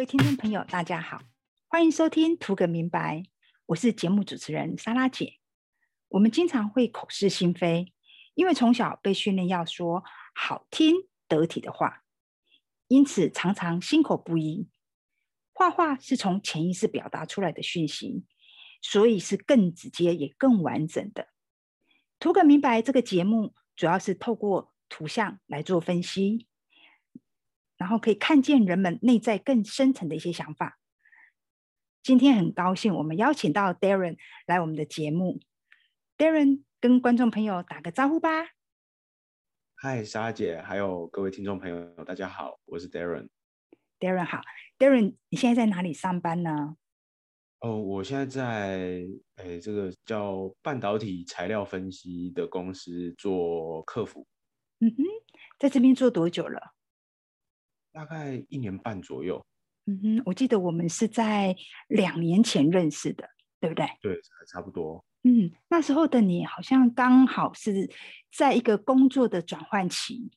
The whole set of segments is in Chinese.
位听众朋友，大家好，欢迎收听图个明白，我是节目主持人莎拉姐。我们经常会口是心非，因为从小被训练要说好听得体的话，因此常常心口不一。画画是从潜意识表达出来的讯息，所以是更直接也更完整的。图个明白这个节目主要是透过图像来做分析，然后可以看见人们内在更深层的一些想法。今天很高兴我们邀请到 Darren 来我们的节目。Darren 跟观众朋友打个招呼吧。 嗨，莎姐，还有各位听众朋友，大家好，我是 Darren。 Darren 好。Darren 你现在在哪里上班呢？ 我现在在这个叫半导体材料分析的公司做客服， 嗯哼，在这边做多久了？ 大概1年半左右。 嗯哼，我记得我们是在2年前认识的，对不对？ 对，差不多。 那时候的你好像刚好是在一个工作的转换期。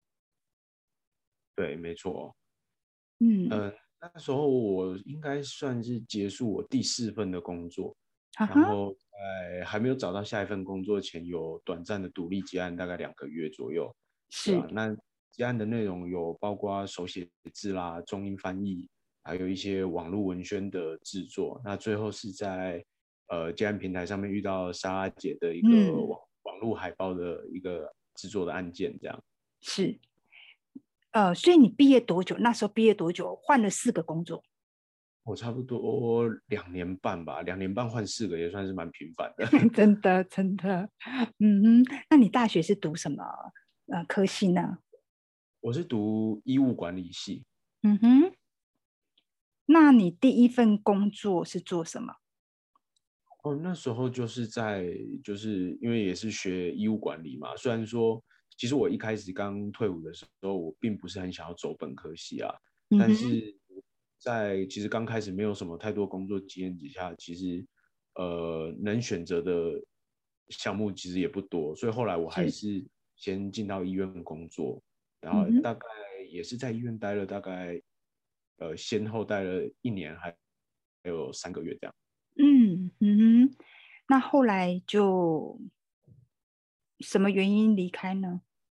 对，没错。 嗯， 那时候我应该算是结束我第4份的工作， 哈哈， 然后在还没有找到下一份工作前，有短暂的独立接案，大概2个月左右。对是， 啊，那接案的内容有包括手写字啦、中英翻译，还有一些网络文宣的制作。那最后是在接案平台上面遇到莎拉姐的一个嗯， 网络海报的一个制作的案件，这样。 是。所以你毕业多久？那时候毕业多久？换了4个工作。 我差不多2年半吧，2年半换4个，也算是蛮频繁的。 真的真的。那你大学是读什么科系呢？ 我是读医务管理系。 嗯哼，那你第一份工作是做什么？ 那时候就是因为也是学医务管理嘛，虽然说其实我一开始刚退伍的时候，我并不是很想要走本科系啊， 嗯哼， 但是在其实刚开始没有什么太多工作经验底下，其实能选择的项目其实也不多，所以后来我还是， 是先进到医院工作，然嗯哼， 后大概也是在医院待了大概先后待了1年还有3个月这样。 嗯哼，那后来就什么原因离开呢？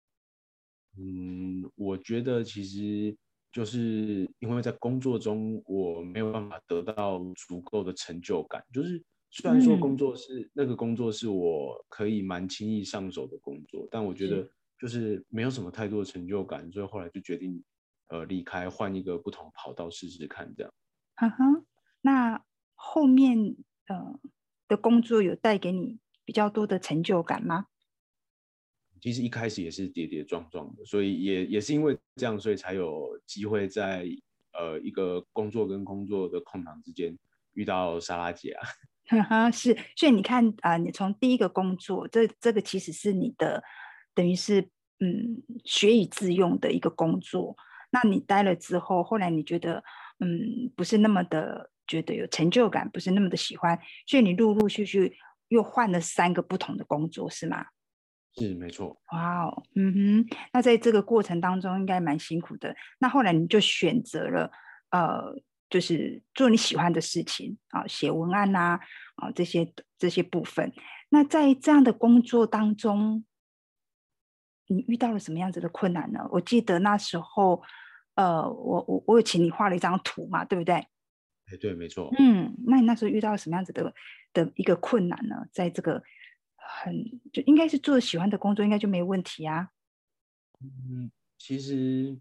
我觉得其实就是因为在工作中我没有办法得到足够的成就感，就是虽然说嗯， 那个工作是我可以蛮轻易上手的工作，但我觉是， 得就是没有什么太多的成就感，所以后来就决定离开，换一个不同跑道试试看这样。 哈哈。那后面呃的工作有带给你比较多的成就感吗？ 其实一开始也是跌跌撞撞的，所以也是因为这样，所以才有机会在一个工作跟工作的空档之间遇到莎拉姐啊。 哈哈，是，所以你看你从第一个工作，这个其实是你的，等于是学以致用的一个工作。那你待了之后，后来你觉得不是那么的觉得有成就感，不是那么的喜欢，所以你陆陆续续又换了3个不同的工作，是吗？ 是没错。 哇哦，那在这个过程当中应该蛮辛苦的。那后来你就选择了，呃，就是做你喜欢的事情啊，写文案呐，这些部分。那在这样的工作当中，你遇到了什么样子的困难呢？我记得那时候，我有请你画了一张图嘛，对不对？ 对，没错。 那你那时候遇到什么样子的一个困难呢？在这个很就应该是做喜欢的工作，应该就没问题啊。 其实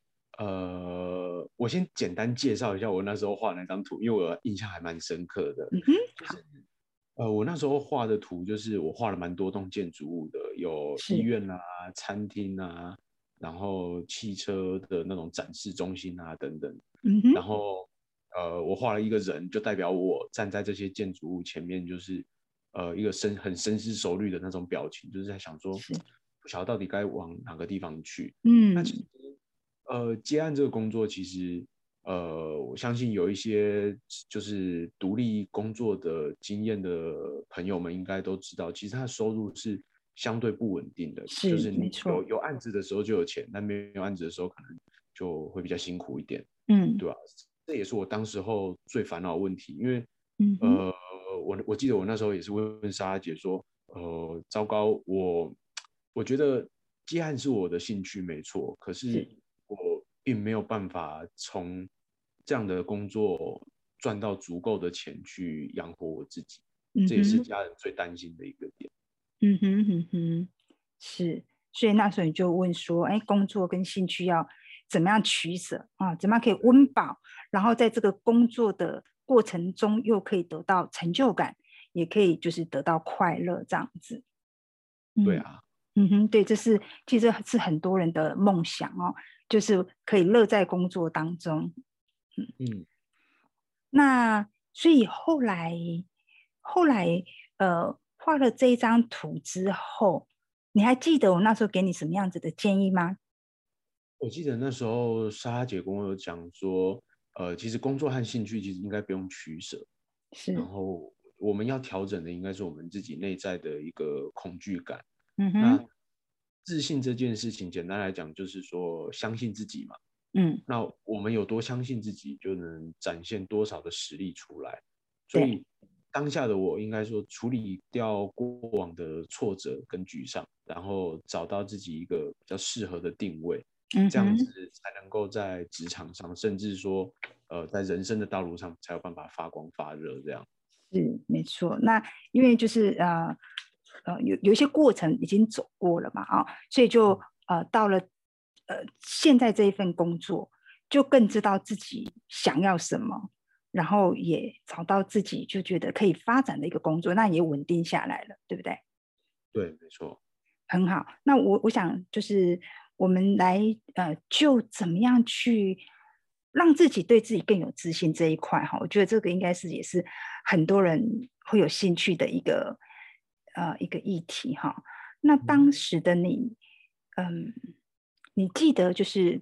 我先简单介绍一下我那时候画的那张图，因为我印象还蛮深刻的。 嗯哼，好， 就是我那时候画的图，就是我画了蛮多栋建筑物的，有医是， 院啊、餐厅啊，然后汽车的那种展示中心啊等等。 嗯哼， 然后我画了一个人，就代表我站在这些建筑物前面，就是一个很深思熟虑的那种表情，就是在想说， 是， 不晓得到底该往哪个地方去。那其嗯， 实接案这个工作，其实我相信有一些就是独立工作的经验的朋友们应该都知道，其实他的收入是相对不稳定的，就是， 是你没错， 有案子的时候就有钱，但没有案子的时候可能就会比较辛苦一点， 嗯， 对吧？ 这也是我当时候最烦恼的问题，因为嗯哼， 我记得我那时候也是问莎拉姐说，糟糕，我觉得接案是我的兴趣没错，可是是， 我并没有办法从这样的工作赚到足够的钱去养活我自己，这也是嗯哼， 家人最担心的一个点。 嗯哼，嗯哼，是。所以那时候你就问说，哎，工作跟兴趣要怎么样取舍啊？怎么样可以温饱，然后在这个工作的过程中又可以得到成就感，也可以就是得到快乐这样子。嗯。 对啊， 嗯哼，对，其实是很多人的梦想哦，就是可以乐在工作当中。嗯， 嗯。 那所以后来画了这一张图之后，你还记得我那时候给你什么样子的建议吗？ 我记得那时候莎拉姐跟我有讲说，其实工作和兴趣其实应该不用取舍，然是， 后我们要调整的应该是我们自己内在的一个恐惧感。那嗯哼， 自信这件事情，简单来讲就是说相信自己嘛。 嗯， 那我们有多相信自己，就能展现多少的实力出来。所对， 以当下的我应该说处理掉过往的挫折跟沮丧，然后找到自己一个比较适合的定位，这样子嗯哼， 才能够在职场上，甚至说在人生的道路上才有办法发光发热。这样， 是没错。那因为就是有一些过程已经走过了嘛，啊、所以就到了现在这一份工作，就更知道自己想要什么，然后也找到自己就觉得可以发展的一个工作，那也稳定下来了，对不对？ 对，没错。 很好。那我想就是我们来就怎么样去让自己对自己更有自信这一块哈，我觉得这个应该是也是很多人会有兴趣的一个议题哈。那当时的你，嗯，你记得就是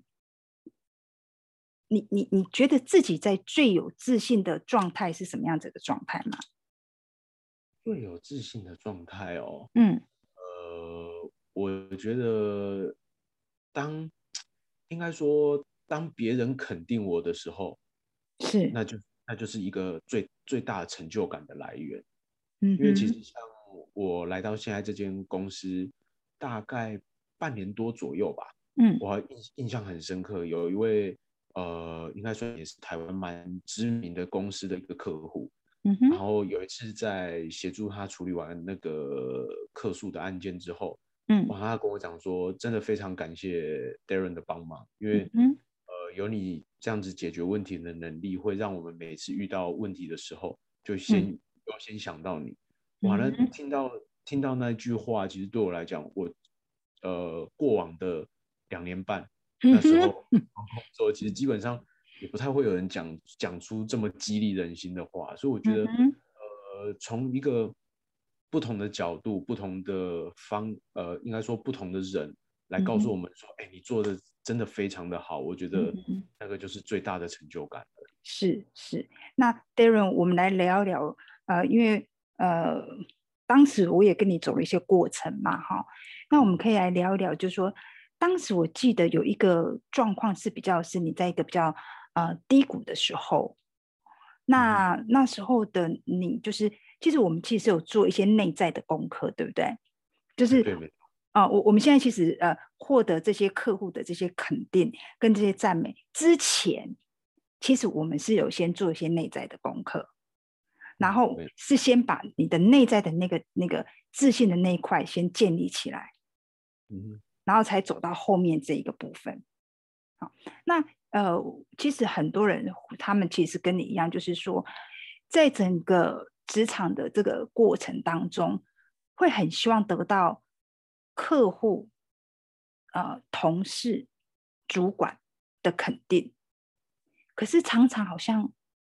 你觉得自己在最有自信的状态是什么样子的状态吗？ 最有自信的状态哦， 嗯， 我觉得当应该说，当别人肯定我的时候， 是， 那就是一个最大的成就感的来源。因为其嗯哼， 实像我来到现在这间公司，大概半年多左右吧， 嗯我还印象很深刻，有一位应该说也是台湾蛮知名的公司的一个客户，然嗯哼， 后有一次在协助他处理完那个客诉的案件之后， 嗯哇，他跟我讲说，真的非常感谢 Darren 的帮忙，因为嗯哼， 有你这样子解决问题的能力，会让我们每次遇到问题的时候，就嗯优先想到你。哇，那嗯哼， 听到那句话，其实对我来讲，我过往的2年半，那时候嗯哼， 工作其实基本上也不太会有人讲出这么激励人心的话，所以我觉得， 嗯哼， 从一个不同的角度、不同的应该说不同的人来告诉我嗯哼， 们说，哎，你做的真的非常的好，我觉得嗯哼， 那个就是最大的成就感了。 是是。那 Darren，我们来聊一聊，因为呃，当时我也跟你走了一些过程嘛，哈。那我们可以来聊一聊，就是说，当时我记得有一个状况是比较是你在一个比较低谷的时候， 嗯哼， 那时候的你，就是其实我们其实有做一些内在的功课，对不对？就是哎对，没错， 我们现在其实获得这些客户的这些肯定跟这些赞美之前，其实我们是有先做一些内在的功课，然后没， 是先把你的内在的那个自信的那一块先建立起来， 嗯哼， 然后才走到后面这一个部分。好，那其实很多人他们其实跟你一样，就是说，在整个职场的这个过程当中，会很希望得到客户、同事、主管的肯定，可是常常好像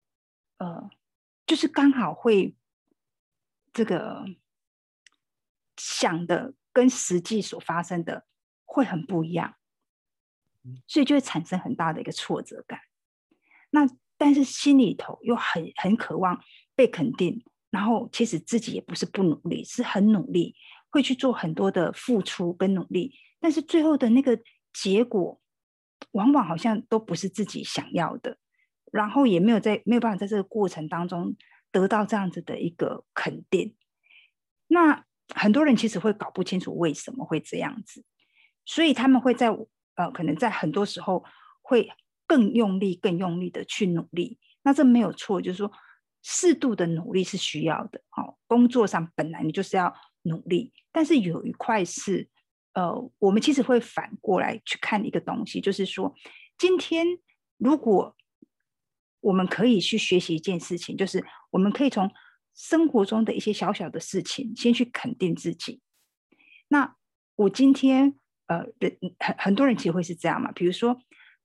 就是刚好会这个想的跟实际所发生的会很不一样，所以就会产生很大的一个挫折感。那但是心里头又很渴望被肯定，然后其实自己也不是不努力，是很努力，会去做很多的付出跟努力，但是最后的那个结果，往往好像都不是自己想要的。 然后也没有办法在这个过程当中得到这样子的一个肯定。那很多人其实会搞不清楚为什么会这样子，所以他们会可能在很多时候会更用力的去努力。那这没有错，就是说适度的努力是需要的。工作上本来你就是要努力，但是有一块是我们其实会反过来去看一个东西，就是说今天如果我们可以去学习一件事情，就是我们可以从生活中的一些小小的事情先去肯定自己。那我今天很多人其实会是这样嘛，比如说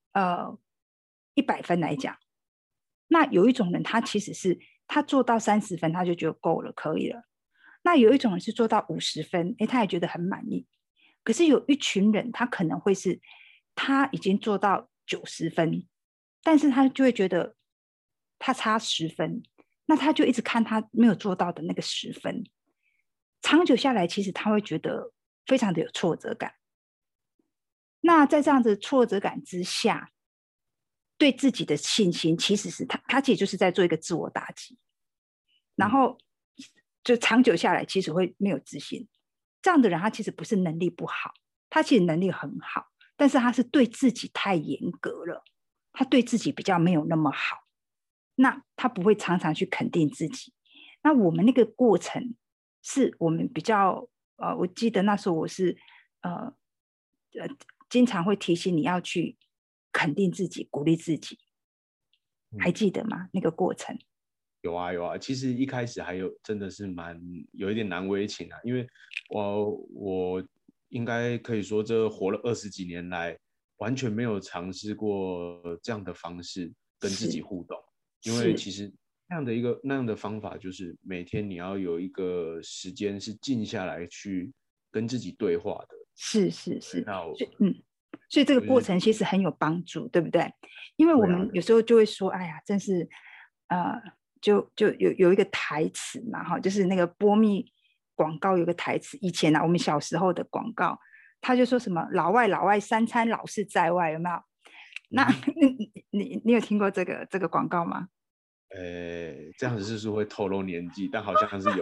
100分来讲，那有一种人他其实是他做到30分他就觉得够了，可以了。那有一种人是做到50分，他也觉得很满意。可是有一群人他可能会是他已经做到90分，但是他就会觉得他差10分，那他就一直看他没有做到的那个10分，长久下来其实他会觉得非常的有挫折感。那在这样子挫折感之下，对自己的信心其实是他其实就是在做一个自我打击，然后就长久下来其实会没有自信。这样的人他其实不是能力不好，他其实能力很好，但是他是对自己太严格了，他对自己比较没有那么好，那他不会常常去肯定自己。那我们那个过程是我们比较我记得那时候我是经常会提醒你要去肯定自己，鼓励自己，还记得吗？那个过程？ 有啊，其实一开始还有真的是有一点难为情啊，因为我应该可以说这活了20几年来，完全没有尝试过这样的方式跟自己互动，因为其实那样的方法就是每天你要有一个时间是静下来去跟自己对话的。 是， 那所以这个过程其实很有帮助，对不对？因为我们有时候就会说，哎呀，真是就有一个台词嘛，就是那个波蜜广告有个台词，以前我们小时候的广告，他就说什么老外三餐老是在外，有没有？那你有听过这个广告吗？ 这样子是不是会透露年纪？但好像是有。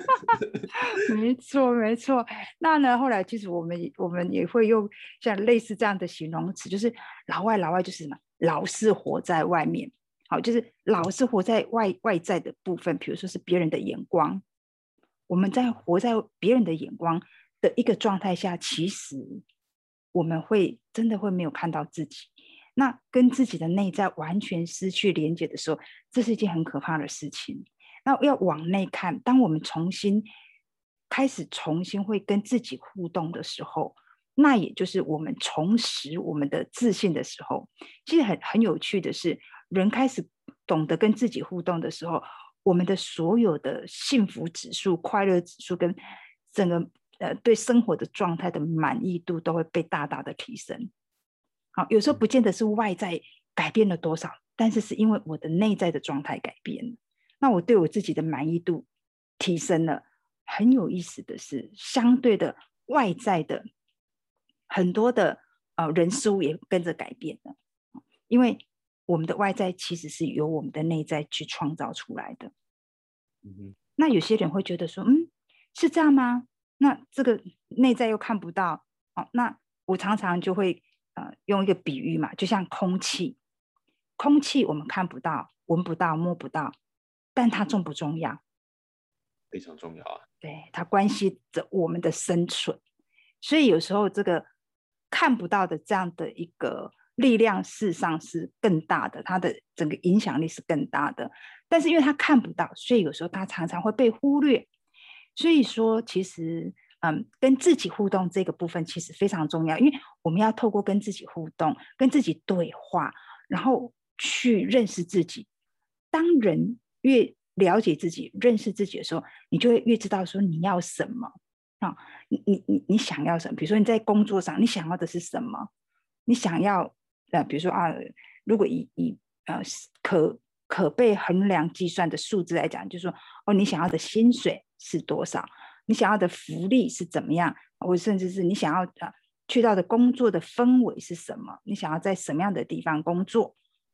没错。那呢，后来其实我们也会用像类似这样的形容词，就是老外就是什么，老是活在外面，好，就是老是活在外在的部分，比如说是别人的眼光，我们在活在别人的眼光的一个状态下，其实我们真的会没有看到自己。那跟自己的内在完全失去连接的时候，这是一件很可怕的事情。那要往内看，当我们开始重新会跟自己互动的时候，那也就是我们重拾我们的自信的时候。其实很有趣的是，人开始懂得跟自己互动的时候，我们的所有的幸福指数、快乐指数跟整个对生活的状态的满意度都会被大大的提升。好，有时候不见得是外在改变了多少，但是是因为我的内在的状态改变了，那我对我自己的满意度提升了。很有意思的是，相对的外在的很多的人事物也跟着改变了，因为我们的外在其实是由我们的内在去创造出来的。那有些人会觉得说，是这样吗？那这个内在又看不到，那我常常就会用一个比喻嘛，就像空气我们看不到、闻不到、摸不到，但它重不重要？ 非常重要啊。 对，它关系着我们的生存。所以有时候这个看不到的这样的一个力量，事实上是更大的，它的整个影响力是更大的。但是因为它看不到，所以有时候它常常会被忽略。所以说，其实跟自己互动这个部分其实非常重要，因为我们要透过跟自己互动、跟自己对话，然后去认识自己。当人越了解自己、认识自己的时候，你就会越知道说你要什么啊，你想要什么？比如说你在工作上，你想要的是什么？你想要比如说如果以可被衡量计算的数字来讲，就是说你想要的薪水是多少？你想要的福利是怎么样？或甚至是你想要去到的工作的氛围是什么？你想要在什么样的地方工作啊？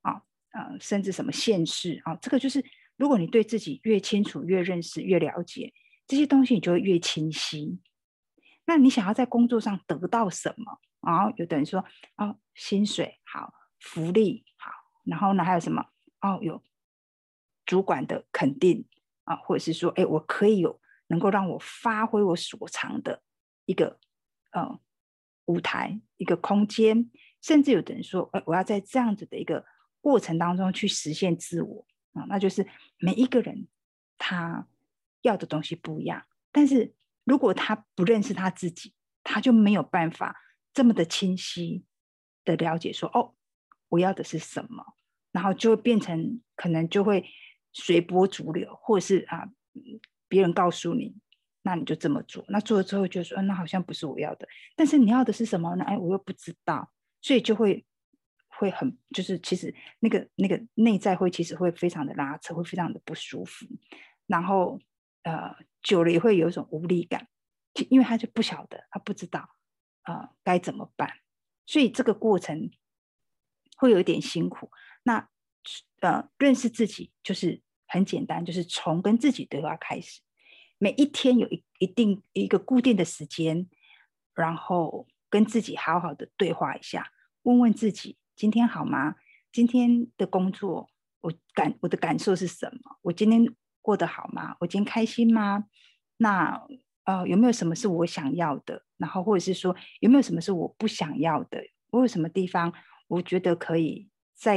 甚至什么现世啊，这个就是如果你对自己越清楚、越认识、越了解这些东西，你就会越清晰。那你想要在工作上得到什么？然后有的人说，哦，薪水好，福利好，然后呢还有什么？哦，有主管的肯定啊，或者是说，哎，我可以有能够让我发挥我所长的一个舞台、一个空间，甚至有的人说，哎，我要在这样子的一个过程当中去实现自我啊，那就是每一个人他要的东西不一样，但是如果他不认识他自己，他就没有办法这么的清晰的了解说，哦，我要的是什么，然后就会变成可能就会随波逐流，或者是别人告诉你，那你就这么做，那做了之后就说，那好像不是我要的，但是你要的是什么呢？哎，我又不知道，所以就会很就是其实那个内在会其实会非常的拉扯，会非常的不舒服，然后久了也会有一种无力感，因为他就不晓得，他不知道该怎么办，所以这个过程会有一点辛苦。那认识自己就是很简单，就是从跟自己对话开始，每一天有一个固定的时间，然后跟自己好好的对话一下，问问自己今天好吗？今天的工作我的感受是什么？我今天过得好吗？我今天开心吗？那有没有什么是我想要的？然后或者是说有没有什么是我不想要的？我有什么地方我觉得可以再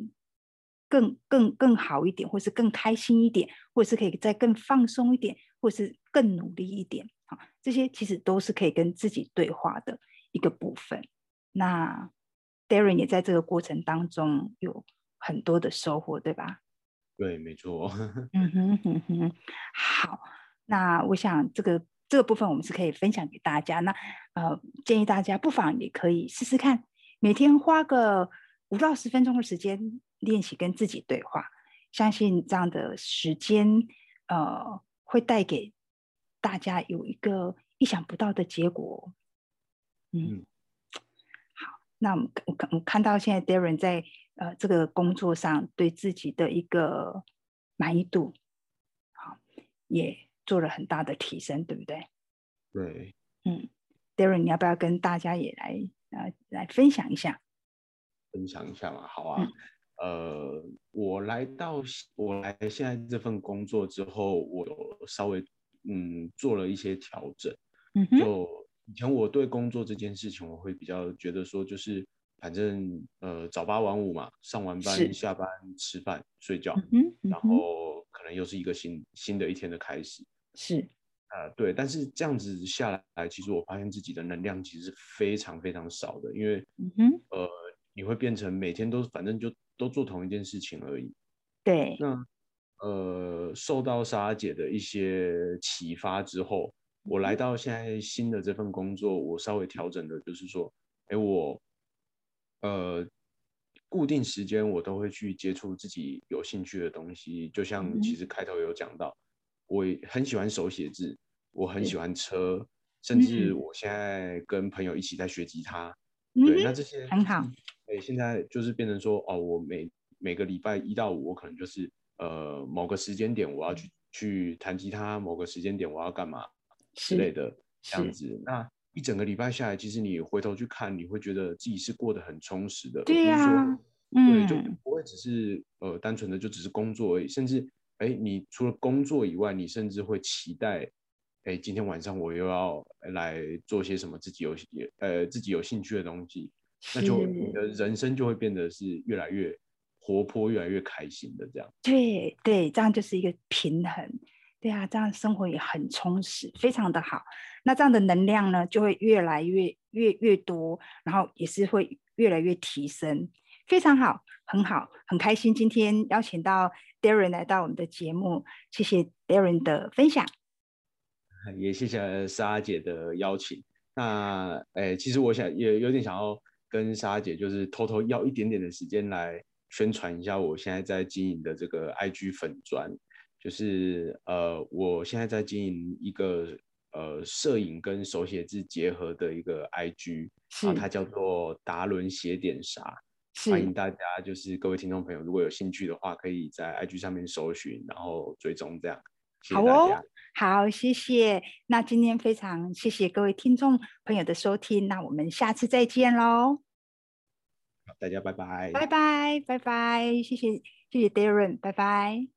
更好一点，或是更开心一点，或者是可以再更放松一点，或是更努力一点啊？这些其实都是可以跟自己对话的一个部分。那 Darren 也在这个过程当中有很多的收获，对吧？ 对，没错。 嗯哼哼哼，好，那我想这个部分我们是可以分享给大家。那建议大家不妨也可以试试看，每天花个5到10分钟的时间练习跟自己对话，相信这样的时间会带给大家有一个意想不到的结果。嗯。 嗯。 那我看到现在 Darren 在这个工作上对自己的一个满意度，好，也做了很大的提升，对不对？ 对。 嗯，Darren，你要不要跟大家也来分享一下？ 分享一下嘛，好嗯啊。我我来现在这份工作之后，我有稍微做了一些调整。 嗯哼， 就以前我对工作这件事情，我会比较觉得说，就是反正早八晚五嘛，上完班是， 下班吃饭睡觉， 嗯哼，嗯然哼， 后可能又是一个新的一天的开始。 是， 对，但是这样子下来，其实我发现自己的能量其实是非常非常少的，因为嗯哼， 呃，你会变成每天都反正就都做同一件事情而已。 对， 那受到莎姐的一些启发之后，我来到现在新的这份工作，我稍微调整的就是说，哎，我呃固定时间我都会去接触自己有兴趣的东西，就像其嗯哼， 实开头有讲到，我也很喜欢手写字，我很喜是， 欢车，甚至嗯我现在跟朋友一起在学吉他。对，那嗯哼， 这些很好， 就是，现在就是变成说，哦，我每个礼拜1到5，我可能就是某个时间点我要去弹吉他，某个时间点我要干嘛之类是的这样是， 子。那一整个礼拜下来，其实你回头去看，你会觉得自己是过得很充实的，而对呀、 不是说，对，就嗯， 不会只是单纯的就只是工作而已，甚至你除了工作以外，你甚至会期待，今天晚上我又要来做些什么自己有兴趣的东西，那就你是。 的人生就会变得是越来越活泼，越来越开心的这样。 对对，这样就是一个平衡。对啊，这样生活也很充实，非常的好。那这样的能量呢，就会越来越多，然后也是会越来越提升，非常好，很好，很开心今天邀请到 Darren 来到我们的节目，谢谢 Darren 的分享。 也谢谢莎姐的邀请。那其实我也有点想要跟莎姐就是偷偷要一点点的时间来宣传一下我现在在经营的这个 IG 粉专，就是我现在在经营一个摄影跟手写字结合的一个 IG 啊， 是， 它叫做达伦写点啥。 欢是， 迎大家就是各位听众朋友，如果有兴趣的话，可以在 IG 上面搜寻，然后追踪这样。谢谢好哦， 大家， 好，谢谢。那今天非常谢谢各位听众朋友的收听，那我们下次再见喽， 大家拜拜。 拜拜，拜拜，谢谢，谢谢 Darren，拜拜。